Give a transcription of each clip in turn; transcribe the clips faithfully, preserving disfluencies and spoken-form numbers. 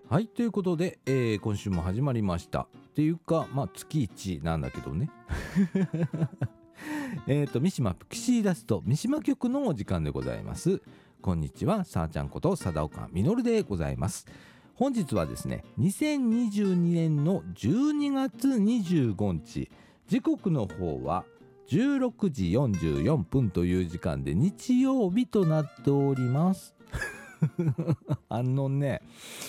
はい、ということで、えー今週も始まりました。っていうか、まあ、月いちなんだけどね。えっと、三島ピクシーダスト、三島局のお時間でございます。こんにちは、さあちゃんこと貞岡みのるでございます。本日はですね、にせんにじゅうにねんのじゅうにがつにじゅうごにち、時刻の方はじゅうろくじよんじゅうよんぷんという時間で日曜日となっております。あのね、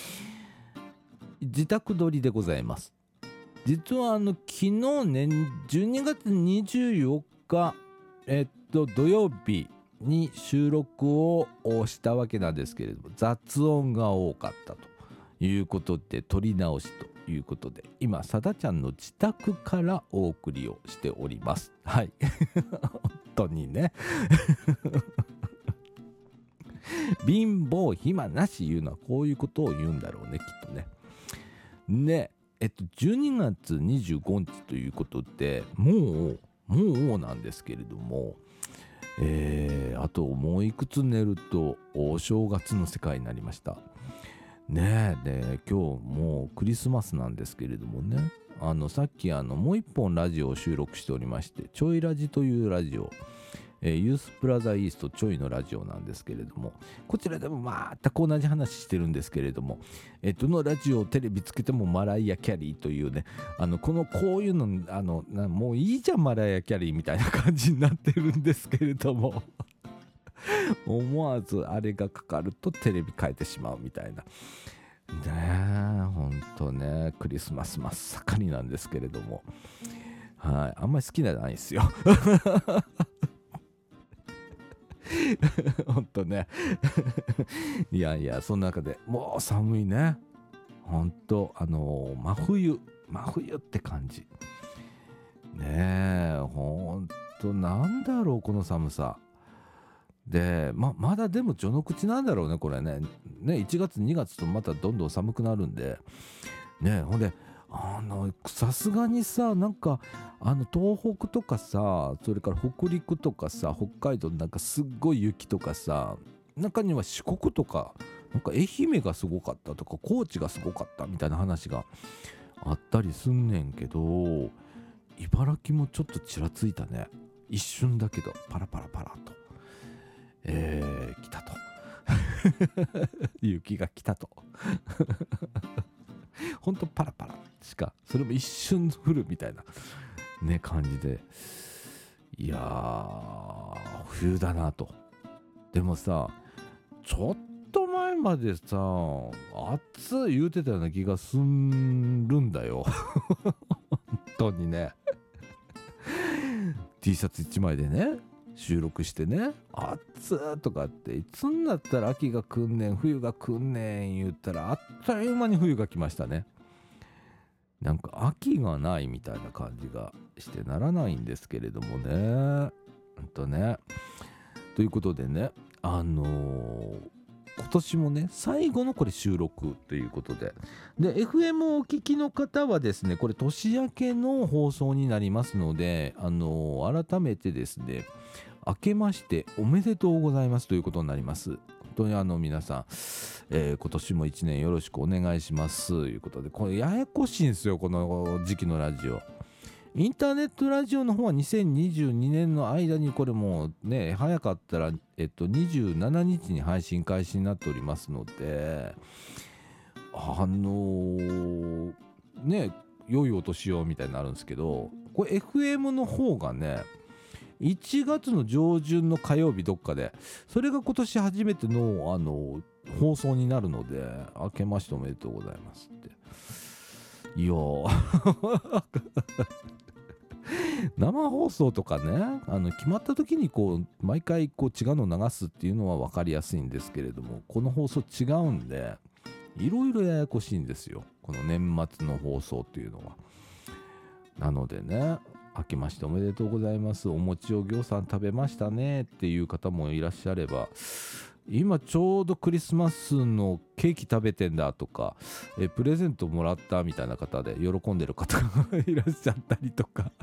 自宅撮りでございます。実はあの昨日ね、じゅうにがつにじゅうよっか、えっと土曜日に収録をしたわけなんですけれども、雑音が多かったということで撮り直しということで、今さだちゃんの自宅からお送りをしております。はい。本当にね。貧乏暇なし言うのはこういうことを言うんだろうね、きっとね。ねえっとじゅうにがつにじゅうごにちということで、もうもうなんですけれども、えー、あともういくつ寝るとお正月の世界になりましたね。えで今日もうクリスマスなんですけれどもね、あのさっきあのもう一本ラジオを収録しておりまして、ちょいラジというラジオ、えーユースプラザイーストちょいのラジオなんですけれども、こちらでも全く同じ話してるんですけれども、えーどのラジオをテレビつけてもマライア・キャリーというね、あのこのこういうのあのなもういいじゃんマライア・キャリーみたいな感じになってるんですけれども、思わずあれがかかるとテレビ変えてしまうみたいな。ねえ、ほんとね、クリスマス真っ盛りなんですけれども、はい、あんまり好きじゃないですよ。ほんとね。いやいや、その中でもう寒いね。ほんと、あのー真冬、真冬って感じ。ねえ、ほんと、なんだろう、この寒さ。で、ま、まだでも序の口なんだろうね、これね。ね、いちがつ、にがつとまたどんどん寒くなるんで。ね、ほんで、あの、さすがにさ、なんか、あの、東北とかさ、それから北陸とかさ、北海道なんかすっごい雪とかさ、中には四国とか、なんか愛媛がすごかったとか、高知がすごかったみたいな話があったりすんねんけど、茨城もちょっとちらついたね。一瞬だけど、パラパラパラと。えー、来たと。雪が来たと。ほんとパラパラしか、それも一瞬降るみたいなね感じで、いやー冬だなと。でもさ、ちょっと前までさ暑い言うてたような気がするんだよ。本当にね。T シャツいちまいでね収録してね、暑ーとかって、いつになったら秋が来んねん冬が来んねん言ったら、あっという間に冬が来ましたね。なんか秋がないみたいな感じがしてならないんですけれどもね。ほんとね。ということでね、あのー今年もね最後のこれ収録ということで、で エフエム をお聞きの方はですね、これ年明けの放送になりますので、あのー改めてですね、明けましておめでとうございますということになります。本当にあの皆さん、えー今年もいちねんよろしくお願いしますということで、これややこしいんですよ、この時期のラジオ。インターネットラジオの方はにせんにじゅうにねんの間に、これもうね早かったら、えっと、にじゅうしちにちに配信開始になっておりますので、あのー、ね良いお年をみたいになるんですけど、これ エフエム の方がねいちがつの上旬の火曜日どっかで、それが今年初めての、あの放送になるので、明けましておめでとうございますって。いやー生放送とかね、あの決まった時にこう毎回こう違うのを流すっていうのは分かりやすいんですけれども、この放送違うんでいろいろややこしいんですよ、この年末の放送っていうのは。なのでね、明けましておめでとうございます、お餅をぎょうさん食べましたねっていう方もいらっしゃれば、今ちょうどクリスマスのケーキ食べてんだとか、えプレゼントもらったみたいな方で喜んでる方がいらっしゃったりとか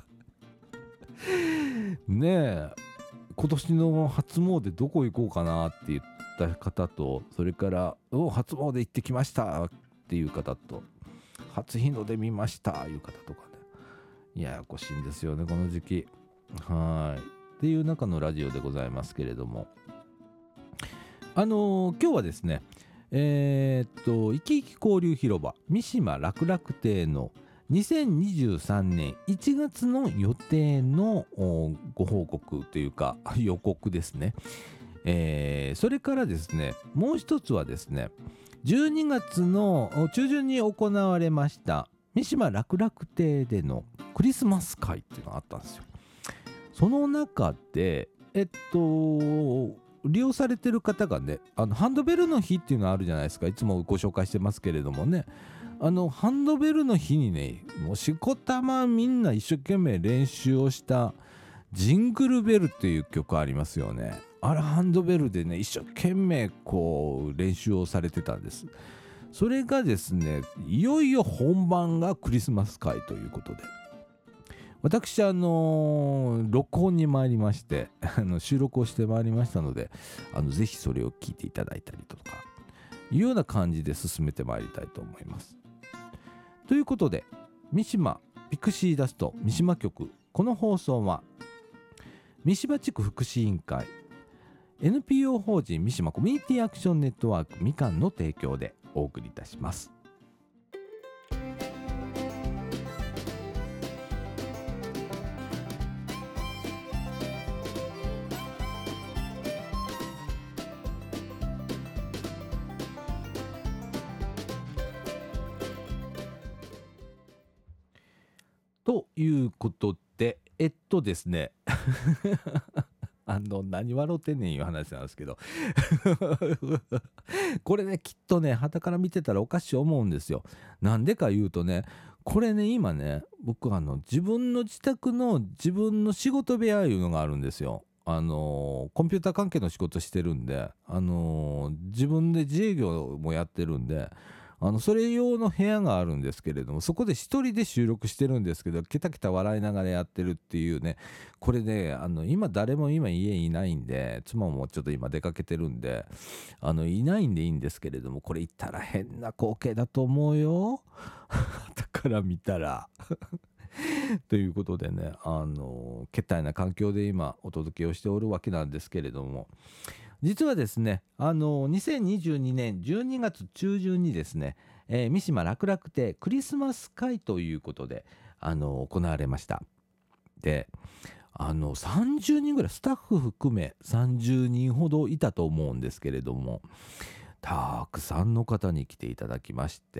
ねえ、今年の初詣どこ行こうかなって言った方と、それから「お初詣行ってきました」 っていう方と、初日の出見ましたいう方とかね、ややこしいんですよねこの時期。はいっていう中のラジオでございますけれども、あのー今日はですね、えーっといきいき交流広場三島楽々亭のにせんにじゅうさんねんいちがつの予定のおご報告というか予告ですね。えーそれからですね、もう一つはですね、じゅうにがつの中旬に行われました三島楽々亭でのクリスマス会っていうのがあったんですよ。その中でえっと利用されてる方がね、あのハンドベルの日っていうのあるじゃないですか。いつもご紹介してますけれどもね、あのハンドベルの日にね、もうしこたまみんな一生懸命練習をしたジングルベルっていう曲ありますよね。あれハンドベルでね一生懸命こう練習をされてたんです。それがですね、いよいよ本番がクリスマス会ということで、私あのー録音に参りましてあの収録をしてまいりましたので、あのぜひそれを聞いていただいたりとかいうような感じで進めてまいりたいと思います。ということで、三島ピクシーダスト三島局、この放送は三島地区福祉委員会 エヌピーオー 法人三島コミュニティアクションネットワークみかんの提供でお送りいたします。ということで、えっとですねあの何笑ってんねんいう話なんですけどこれね、きっとね傍から見てたらおかしい思うんですよ。なんでか言うとね、これね今ね、僕あの自分の自宅の自分の仕事部屋いうのがあるんですよ。あのーコンピューター関係の仕事してるんで、あのー自分で自営業もやってるんで、あのそれ用の部屋があるんですけれども、そこで一人で収録してるんですけど、ケタケタ笑いながらやってるっていうね。これね、あの今誰も今家いないんで、妻もちょっと今出かけてるんで、あのいないんでいいんですけれども、これ言ったら変な光景だと思うよだから見たらということでね、あのけったいな環境で今お届けをしておるわけなんですけれども、実はですね、あのにせんにじゅうにねんじゅうにがつ中旬にですね、えー三島楽々亭クリスマス会ということであの行われました。で、あのさんじゅうにんぐらい、スタッフ含めさんじゅうにんほどいたと思うんですけれども、たくさんの方に来ていただきまして、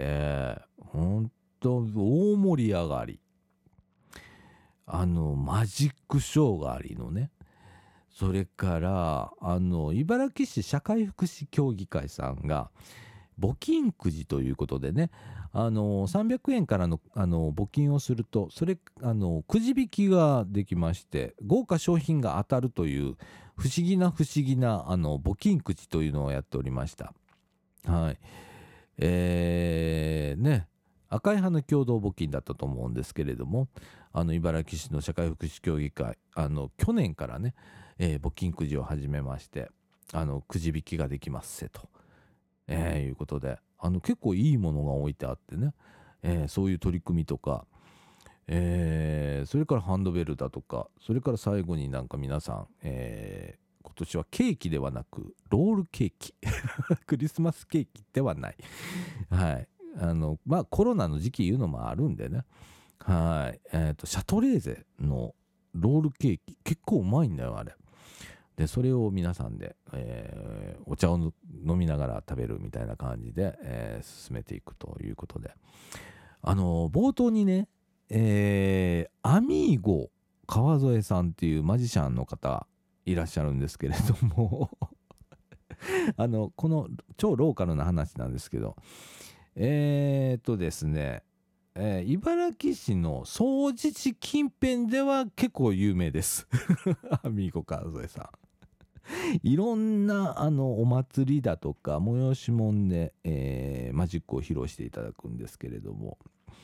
本当大盛り上がり。あのマジックショーがありのね、それからあの茨城市社会福祉協議会さんが募金くじということでね、あのさんびゃくえんからのあの募金をすると、それあのくじ引きができまして、豪華商品が当たるという不思議な不思議なあの募金くじというのをやっておりました。はい。えー、ね、赤い葉の共同募金だったと思うんですけれども、あの茨城市の社会福祉協議会、あの去年からね、えー募金くじを始めまして、あのくじ引きができますせと、えーいうことで、あの結構いいものが置いてあってね、えーそういう取り組みとか、えーそれからハンドベルだとか、それから最後になんか皆さん、えー今年はケーキではなくロールケーキクリスマスケーキではないはい、あのまあコロナの時期いうのもあるんでね、はい、えーとシャトレーゼのロールケーキ結構うまいんだよあれで。それを皆さんで、えーお茶を飲みながら食べるみたいな感じで、えー進めていくということで、あの冒頭にね、えーアミーゴ川添さんっていうマジシャンの方いらっしゃるんですけれどもあのこの超ローカルな話なんですけど、えーっとですね、えー茨城市の総持地近辺では結構有名ですアミーゴ川添さん、いろんなあのお祭りだとか催し物で、えーマジックを披露していただくんですけれども、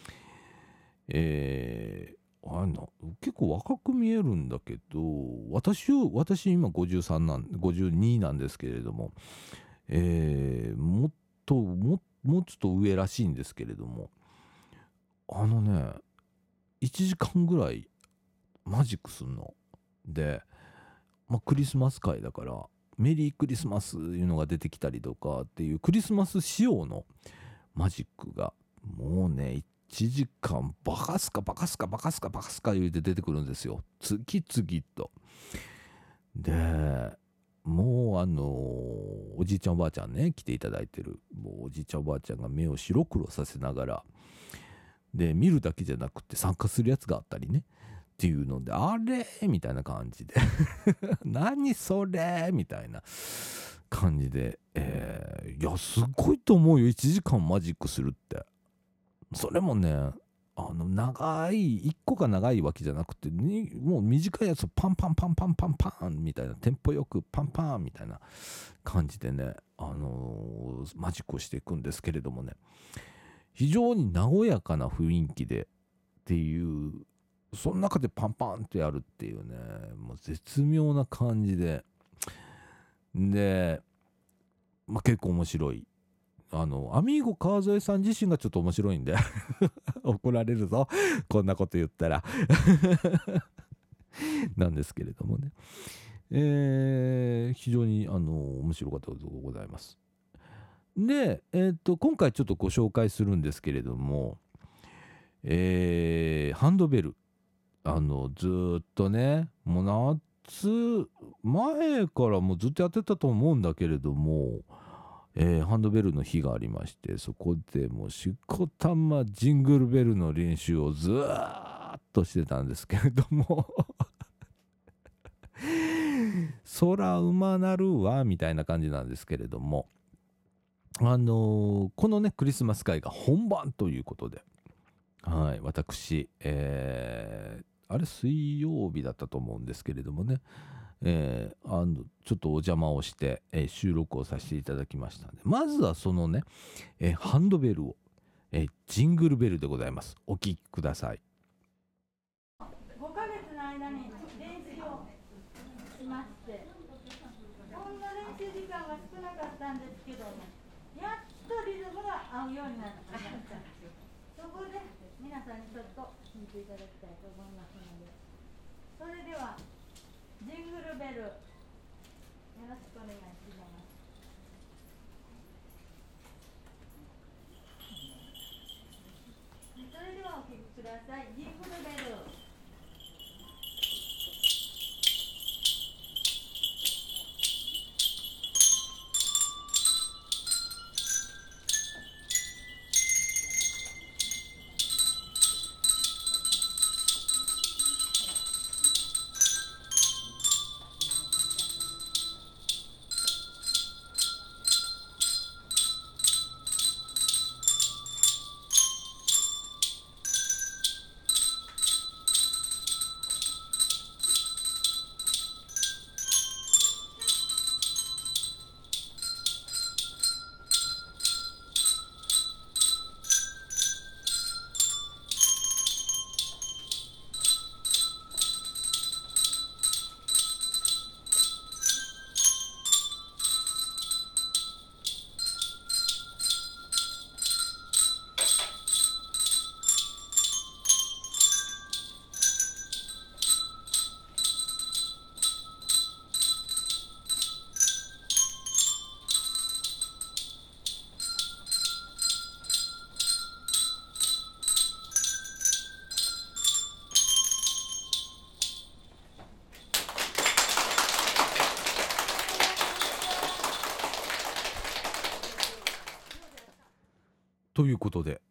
えーあの結構若く見えるんだけど、私を私今ごじゅうさんなんごじゅうになんですけれども、えーもっともっもうちょっと上らしいんですけれども、あのねいちじかんぐらいマジックすんので、まあ、クリスマス会だからメリークリスマスいうのが出てきたりとかっていうクリスマス仕様のマジックがもうねいちじかんバカすかバカすかバカすかバカすか言うて出てくるんですよ、次々と。でもうあのおじいちゃんおばあちゃんね来ていただいてる、もうおじいちゃんおばあちゃんが目を白黒させながらで見るだけじゃなくて参加するやつがあったりねっていうので、あれみたいな感じで何それみたいな感じで、えー、いやすごいと思うよいちじかんマジックするって。それもねあの長いいっこが長いわけじゃなくて、ね、もう短いやつをパンパンパンパンパンパンみたいなテンポよくパンパンみたいな感じでね、あのー、マジックをしていくんですけれどもね、非常に和やかな雰囲気でっていう、その中でパンパンってやるっていうね、もう絶妙な感じで、で、まあ、結構面白い。あのアミーゴ川添さん自身がちょっと面白いんで怒られるぞこんなこと言ったらなんですけれどもね、えー、非常にあの面白かったことでございます。で、えー、と今回ちょっとご紹介するんですけれども、えー、ハンドベル、あのずーっとねもう夏前からもうずっとやってたと思うんだけれども、えーハンドベルの日がありまして、そこでもうしこたまジングルベルの練習をずーっとしてたんですけれどもそら馬なるわみたいな感じなんですけれども、あのーこのねクリスマス会が本番ということで、はい、私、えーあれ水曜日だったと思うんですけれどもね、えーあのちょっとお邪魔をして、えー収録をさせていただきましたので、まずはそのね、えーハンドベルを、えージングルベルでございます。お聴きください。 ごかげつの間に練習をしまして、こんな練習時間が少なかったんですけども、やっとリズムが合うようになってきました。そこで皆さんにちょっと聴いていただきたいと思いますので、それではジングルベルよろしくお願いします。それではお聴きください。ジングルベル。 ということで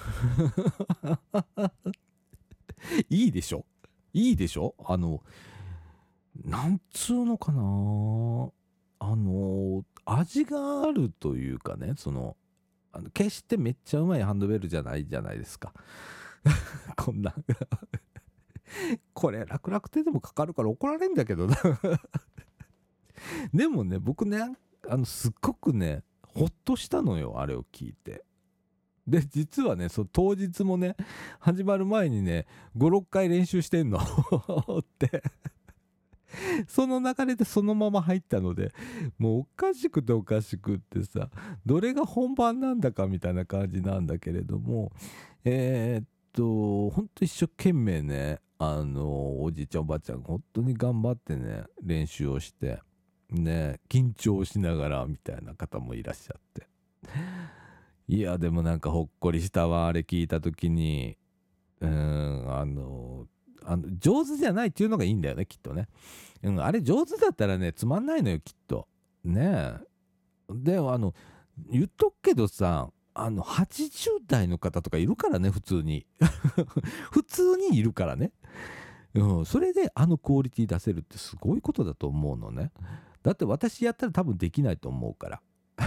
いいでしょいいでしょあのなんつうのかな、あの味があるというかね、そのあの決してめっちゃうまいハンドベルじゃないじゃないですかこんなんこれ楽々手でもかかるから怒られんだけどなでもね僕ねあのすっごくねほっとしたのよ、あれを聞いて。で実はねその当日もね始まる前にねごろっかい練習してんのってその流れでそのまま入ったので、もうおかしくておかしくってさ、どれが本番なんだかみたいな感じなんだけれども、えーっとほんと一生懸命ね、あのおじいちゃんおばあちゃん本当に頑張ってね練習をしてね、緊張しながらみたいな方もいらっしゃって、いやでもなんかほっこりしたわ、あれ聞いた時に。うーんあのあの上手じゃないっていうのがいいんだよね、きっとね。うん、あれ上手だったらねつまんないのよ、きっとね。えであの言っとくけどさ、あのはちじゅう代の方とかいるからね、普通に普通にいるからね。うん、それであのクオリティ出せるってすごいことだと思うのね。だって私やったら多分できないと思うから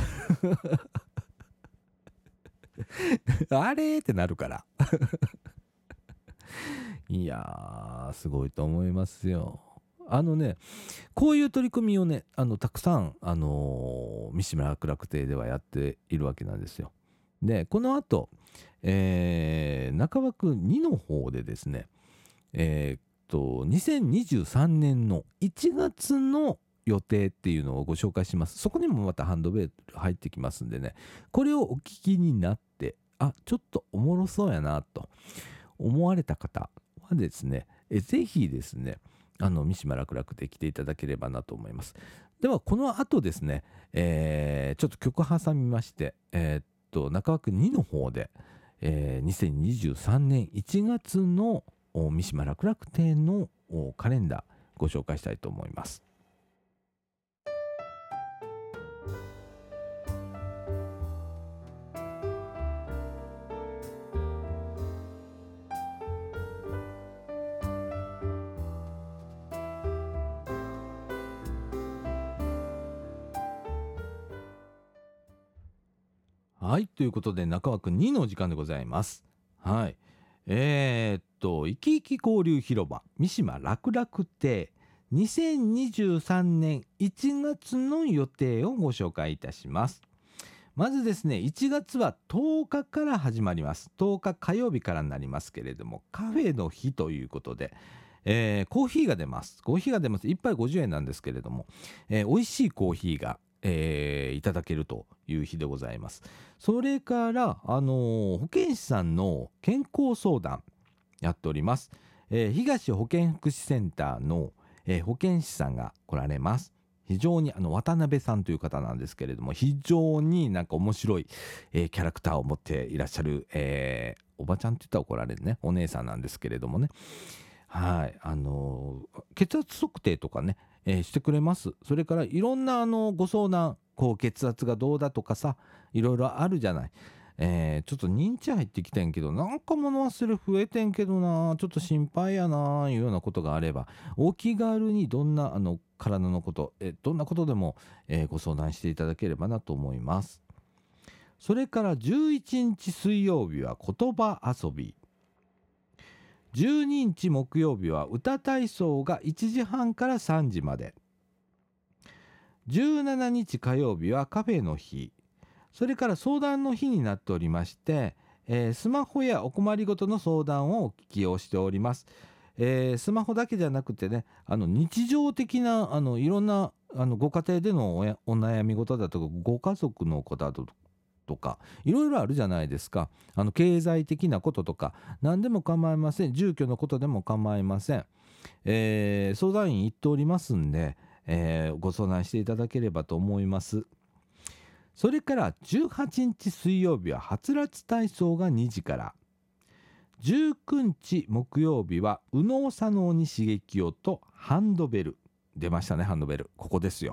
あれってなるからいやーすごいと思いますよ。あのね、こういう取り組みをね、あのたくさん、あのー三島楽楽亭ではやっているわけなんですよ。でこの後、えー中枠にの方でですね、えーっとにせんにじゅうさんねんのいちがつの予定っていうのをご紹介します。そこにもまたハンドベル入ってきますんでね、これをお聞きになって、あ、ちょっとおもろそうやなと思われた方はですね、えぜひですね、あの三島楽楽で来ていただければなと思います。ではこの後ですね、えーちょっと曲挟みまして、えーっと中枠にの方で、えーにせんにじゅうさんねんいちがつのお三島楽楽亭のおカレンダーご紹介したいと思います。はい、ということで中枠にの時間でございます。はい。えー、っと、いきいき交流広場三島楽楽亭にせんにじゅうさんねんいちがつの予定をご紹介いたします。まずですね、いちがつはとおかから始まります。とおか火曜日からになりますけれども、カフェの日ということで、えーコーヒーが出ます。コーヒーが出ます。いっぱいごじゅうえんなんですけれども、えー美味しいコーヒーが、えーいただけるという日でございます。それから、あのー保健師さんの健康相談やっております。えー東保健福祉センターの、えー保健師さんが来られます。非常にあの渡辺さんという方なんですけれども、非常になんか面白い、えーキャラクターを持っていらっしゃる、えーおばちゃんって言ったら怒られるね、お姉さんなんですけれどもね。はい、あのー血圧測定とかね、えーしてくれます。それからいろんなあのご相談、こう血圧がどうだとかさ、いろいろあるじゃない。えーちょっと認知入ってきてんけど、なんか物忘れ増えてんけどな、ちょっと心配やないうようなことがあれば、お気軽にどんなあの体のこと、えどんなことでも、えーご相談していただければなと思います。それからじゅういちにち水曜日は言葉遊び、じゅうににち木曜日は歌体操がいちじはんからさんじまで、じゅうしちにち火曜日はカフェの日、それから相談の日になっておりまして、えースマホやお困りごとの相談をお聞きをしております。えースマホだけじゃなくてね、あの日常的なあのいろんなあのご家庭でのおやお悩み事だとか、ご家族のことだととかいろいろあるじゃないですか。あの経済的なこととか何でも構いません。住居のことでも構いません。えー相談員行っておりますんで、えーご相談していただければと思います。それからじゅうはちにち水曜日ははつらつ体操がにじから、じゅうくにち木曜日は右脳左脳に刺激をとハンドベル、出ましたね、ハンドベル、ここですよ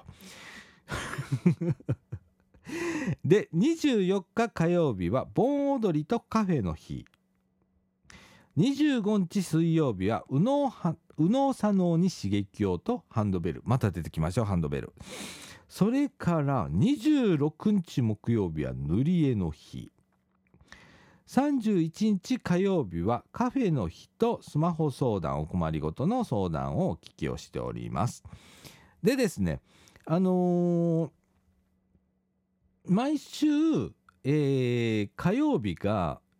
でにじゅうよっか火曜日は盆踊りとカフェの日、にじゅうごにち水曜日は右脳は右脳左脳に刺激をとハンドベル、また出てきましょう、ハンドベル。それからにじゅうろくにち木曜日は塗り絵の日、さんじゅういちにち火曜日はカフェの日とスマホ相談、お困りごとの相談をお聞きをしております。でですね、あのー毎週、えー火曜日が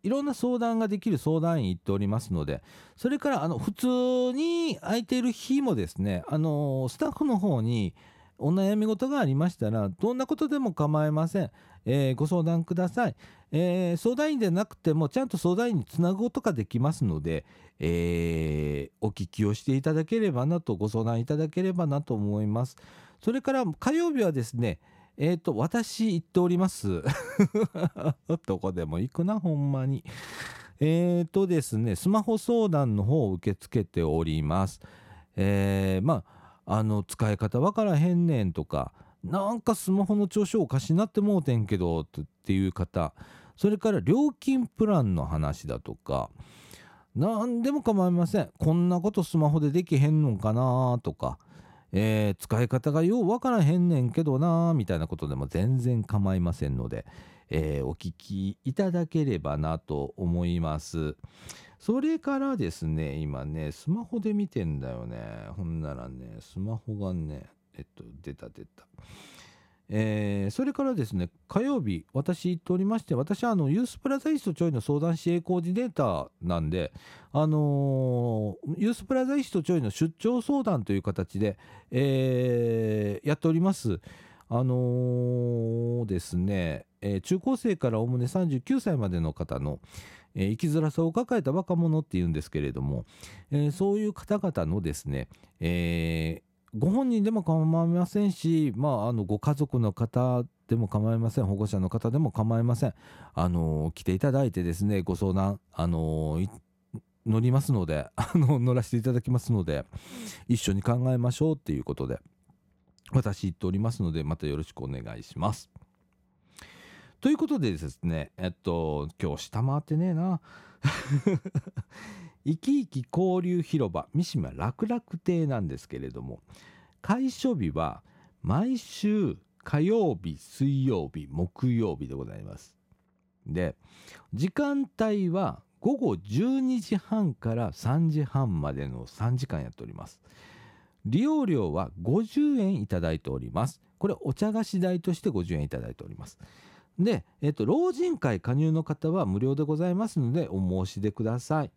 いろんな相談ができる相談員行っておりますので、それからあの普通に空いている日もですね、あのスタッフの方にお悩み事がありましたらどんなことでも構いません、えーご相談ください、えー相談員でなくてもちゃんと相談員につなぐことができますので、えーお聞きをしていただければなと、ご相談いただければなと思います。それから火曜日はですね、えーと私行っておりますどこでも行くなほんまに。えーとですねスマホ相談の方を受け付けております。えーまああの使い方わからへんねんとか、なんかスマホの調子おかしなってもうてんけどっていう方、それから料金プランの話だとか、なんでも構いません。こんなことスマホでできへんのかなとか、えー使い方がようわからへんねんけどなみたいなことでも全然構いませんので、えーお聞きいただければなと思います。それからですね、今ねスマホで見てんだよね。ほんならねスマホがねえっと出た出た。えーそれからですね、火曜日私行っておりまして、私はあのユースプラザイーストちょいの相談支援コーディネーターなんで、あのーユースプラザイーストちょいの出張相談という形で、えーやっております。あのーですね、えー中高生からおおむねさんじゅうきゅうさいまでの方の、えー生きづらさを抱えた若者っていうんですけれども、えーそういう方々のですね、えーご本人でも構いませんし、まあ、あのご家族の方でも構いません、保護者の方でも構いません、あの来ていただいてですねご相談、あのい乗りますのであの乗らせていただきますので、一緒に考えましょうっていうことで私言っておりますので、またよろしくお願いします。ということでですね、えっと今日下回ってねえな生き生き交流広場三島楽々亭なんですけれども、開所日は毎週火曜日、水曜日、木曜日でございます。で、時間帯はごごじゅうにじはんからさんじはんまでのさんじかんやっております。利用料はごじゅうえんいただいております。これお茶菓子代としてごじゅうえんいただいております。で、えっと、老人会加入の方は無料でございますのでお申し出ください。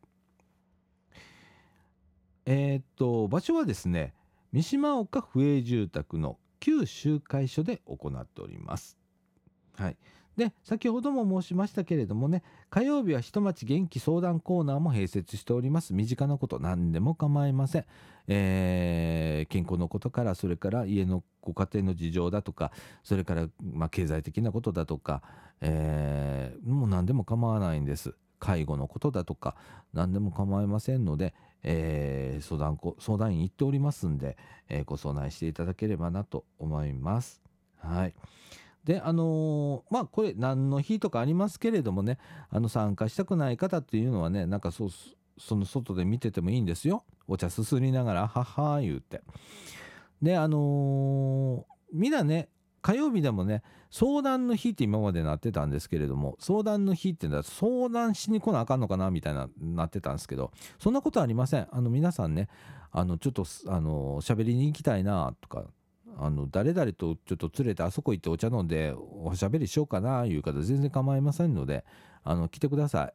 えーっと場所はですね、三島岡府営住宅の旧集会所で行っております。はい。で、先ほども申しましたけれどもね、火曜日は人町元気相談コーナーも併設しております。身近なこと何でも構いません。えー健康のことから、それから家のご家庭の事情だとか、それから、まあ、経済的なことだとか、えーもう何でも構わないんです。介護のことだとか何でも構いませんので、えー相談こ相談員行っておりますんで、えーご相談していただければなと思います。はい。で、あのーまあこれ何の日とかありますけれどもね、あの参加したくない方っていうのはね、なんかそうその外で見ててもいいんですよ。お茶すすりながらはっはー言うて。で、あのーみんなね、火曜日でもね、相談の日って今までなってたんですけれども、相談の日ってのは相談しに来なあかんのかなみたいななってたんですけど、そんなことありません。あの皆さんね、あのちょっとあの喋りに行きたいなとか、あの誰々とちょっと連れてあそこ行ってお茶飲んでおしゃべりしようかないう方全然構いませんので、あの来てください。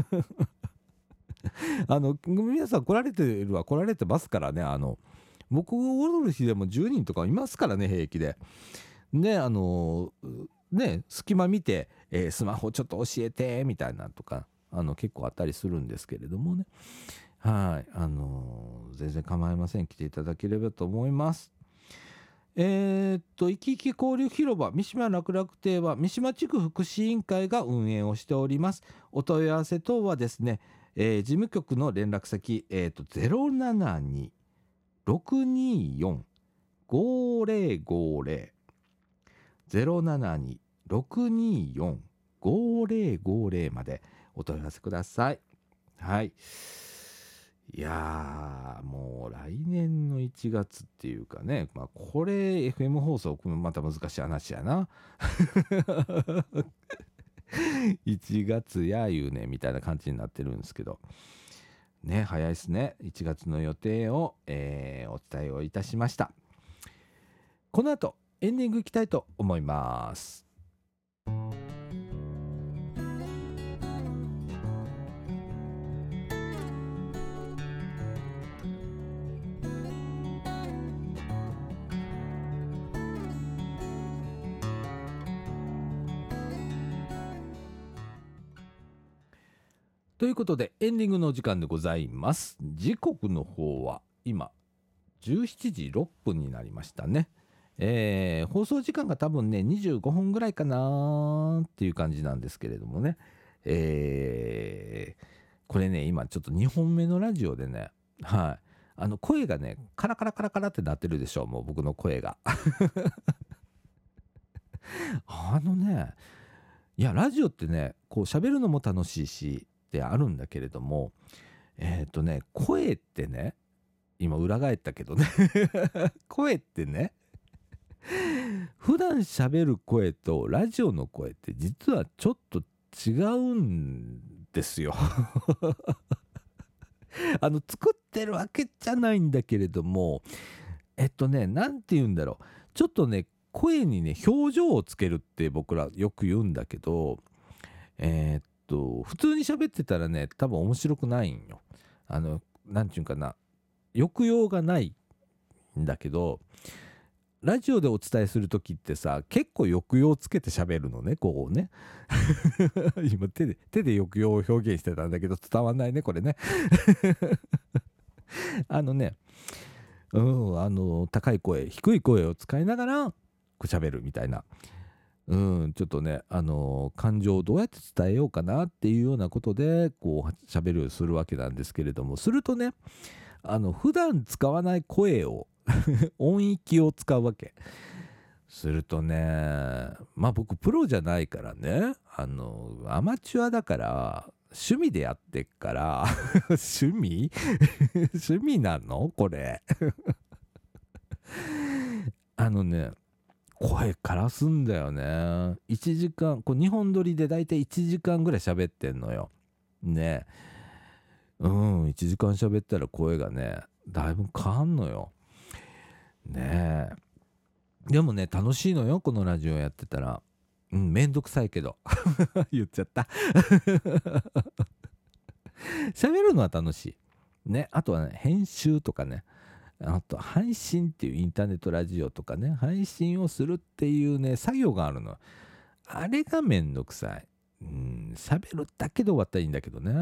あの皆さん来られてるは来られてますからね。あの僕おる日でもじゅうにんとかいますからね、平気で。で、あのね、隙間見て、えースマホちょっと教えてみたいなとか、あの結構あったりするんですけれどもね。はい、あの全然構いません。来ていただければと思います。えーっと、生き生き交流広場三島楽々亭は三島地区福祉委員会が運営をしております。お問い合わせ等はですね、えー事務局の連絡先、えーっと、ゼロななに ろくによん ごぜろごぜろ ゼロななに ろくによん ごぜろごぜろまでお問い合わせください。はい。いやー、もう来年のいちがつっていうかね、まあこれ エフエム 放送また難しい話やな。いちがつやいうねみたいな感じになってるんですけどね、早いですね。いちがつの予定を、えーお伝えをいたしました。この後エンディングいきたいと思います。 ということでエンディングのお時間でございます。時刻の方は今じゅうしちじろっぷんになりましたね。えー放送時間が多分ねにじゅうごふんぐらいかなっていう感じなんですけれどもね、えーこれね今ちょっとにほんめのラジオでね、はい、あの声がねカラカラカラカラってなってるでしょ。もう僕の声があのね、いやラジオってねこう喋るのも楽しいしってあるんだけれども、えっ、とね声ってね、今裏返ったけどね声ってね、普段喋る声とラジオの声って実はちょっと違うんですよあの作ってるわけじゃないんだけれども、えっとねなんて言うんだろう、ちょっとね声にね表情をつけるって僕らよく言うんだけど、えーっと普通に喋ってたらね多分面白くないんよ。あのなんていうんかな、抑揚がないんだけど、ラジオでお伝えする時ってさ結構抑揚つけて喋るのね、こうね今手で手で抑揚を表現してたんだけど伝わんないねこれねあのね、うんあの高い声低い声を使いながらこう喋るみたいな、うんちょっとねあの感情をどうやって伝えようかなっていうようなことでこう喋るするわけなんですけれども、するとねあの普段使わない声を音域を使うわけ。するとね、まあ僕プロじゃないからね、あのアマチュアだから趣味でやってっから趣味趣味なのこれあのね声からすんだよね。いちじかんこうにほん撮りでだいたいいちじかんぐらい喋ってんのよね。うんいちじかん喋ったら声がねだいぶ変わんのよね。えでもね楽しいのよこのラジオやってたら。うんめんどくさいけど言っちゃった喋るのは楽しいね。あとはね編集とかね、あと配信っていうインターネットラジオとかね配信をするっていうね作業があるの。あれがめんどくさい。うん喋るだけで終わったらいいんだけどね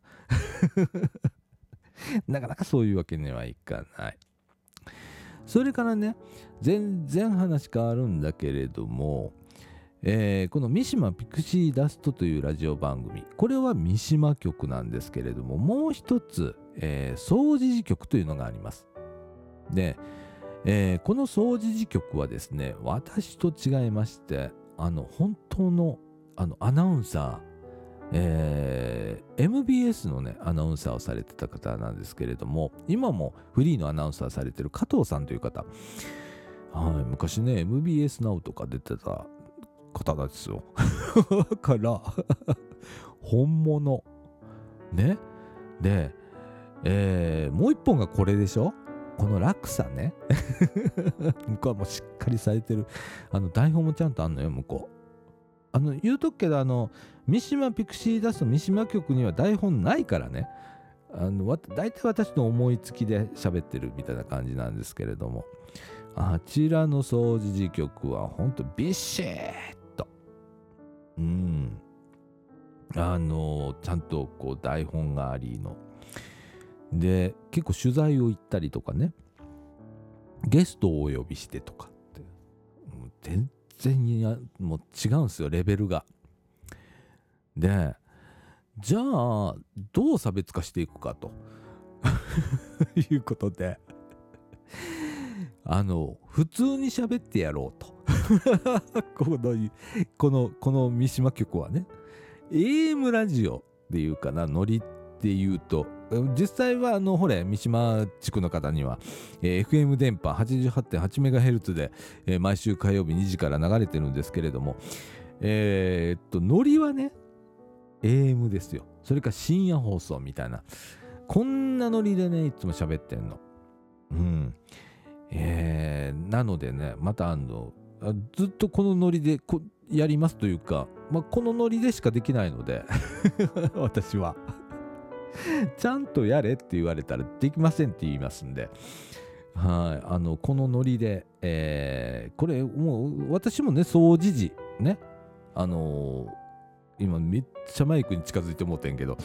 なかなかそういうわけにはいかない。それからね全然話変わるんだけれども、えーこの三島ピクシーダストというラジオ番組、これは三島局なんですけれども、もう一つ、えー、総持寺局というのがあります。で、えーこの総持寺局はですね私と違いまして、あの本当のあのアナウンサー、えー エムビーエス のねアナウンサーをされてた方なんですけれども、今もフリーのアナウンサーされてる加藤さんという方、はい、昔ね エムビーエス ナウとか出てた方なんですよだから本物ね。で、えーもう一本がこれでしょ、この落差ね向こうはもうしっかりされてる、あの台本もちゃんとあんのよ向こう。あの言うとくけど、あの三島ピクシーダスト三島局には台本ないからね、あのわ大体私の思いつきで喋ってるみたいな感じなんですけれども、あちらの総持寺局はほんとビシッと、うんあのちゃんとこう台本がありので、結構取材を行ったりとかね、ゲストをお呼びしてとかって、もう全然やもう違うんですよレベルが。でじゃあどう差別化していくかということで、あの普通に喋ってやろうとこのこのこの三島局はね エーエム ラジオっていうかな、ノリっていうと実際はあのほれ三島地区の方には、えー、エフエム 電波 はちじゅうはちてんはちメガヘルツ で、えー、毎週火曜日にじから流れてるんですけれども、えー、っとノリはね エーエム ですよ。それから深夜放送みたいな、こんなノリでねいつも喋ってんの。うんえー、なのでねまたあのずっとこのノリでこやりますというか、まあ、このノリでしかできないので私はちゃんとやれって言われたらできませんって言いますんで、はい、あのこのノリで、えーこれもう私もね総持寺ね、あのー今めっちゃマイクに近づいてもうてんけど、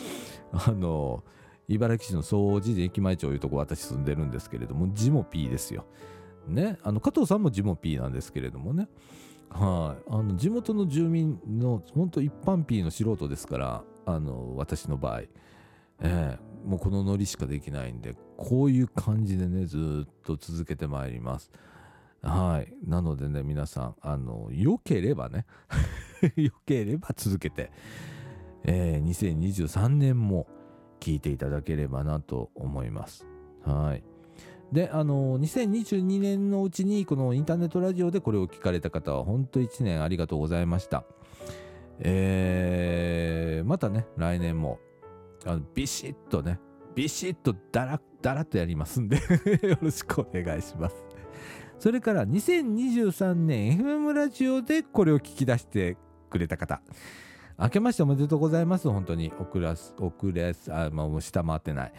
あの茨城市の総持寺駅前町いうとこ私住んでるんですけれども、字も P ですよね。あの加藤さんも字も P なんですけれどもね、はい、あの地元の住民の本当一般 P の素人ですから、あの私の場合、えー、もうこのノリしかできないんで、こういう感じでねずっと続けてまいります。はい、なのでね皆さん、あの良ければね良ければ続けて、えー、にせんにじゅうさんねんも聞いていただければなと思います。はい。で、あのにせんにじゅうにねんのうちにこのインターネットラジオでこれを聞かれた方は本当いちねんありがとうございました。えー、またね来年もあのビシッとねビシッとダラッダラッとやりますんでよろしくお願いします。それからにせんにじゅうさんねん エフエム ラジオでこれを聞き出してくれた方、明けましておめでとうございます。本当に遅らす遅れすあ、まあ、もう下回ってない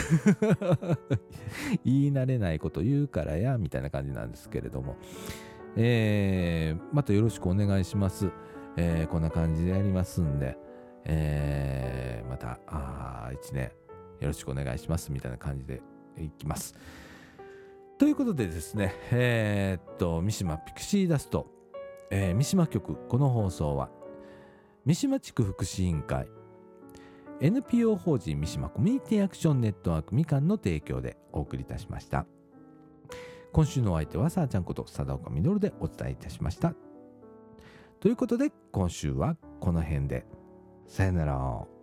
言い慣れないこと言うからやみたいな感じなんですけれども、えー、またよろしくお願いします。えー、こんな感じでやりますんで、えー、またあいちねんよろしくお願いしますみたいな感じでいきます。ということでですね、えー、っと三島ピクシーダスト、えー、三島局、この放送は三島地区福祉委員会 エヌピーオー 法人三島コミュニティアクションネットワークみかんの提供でお送りいたしました。今週のお相手はさあちゃんこと佐岡みのるでお伝えいたしました。ということで今週はこの辺で、さよなら。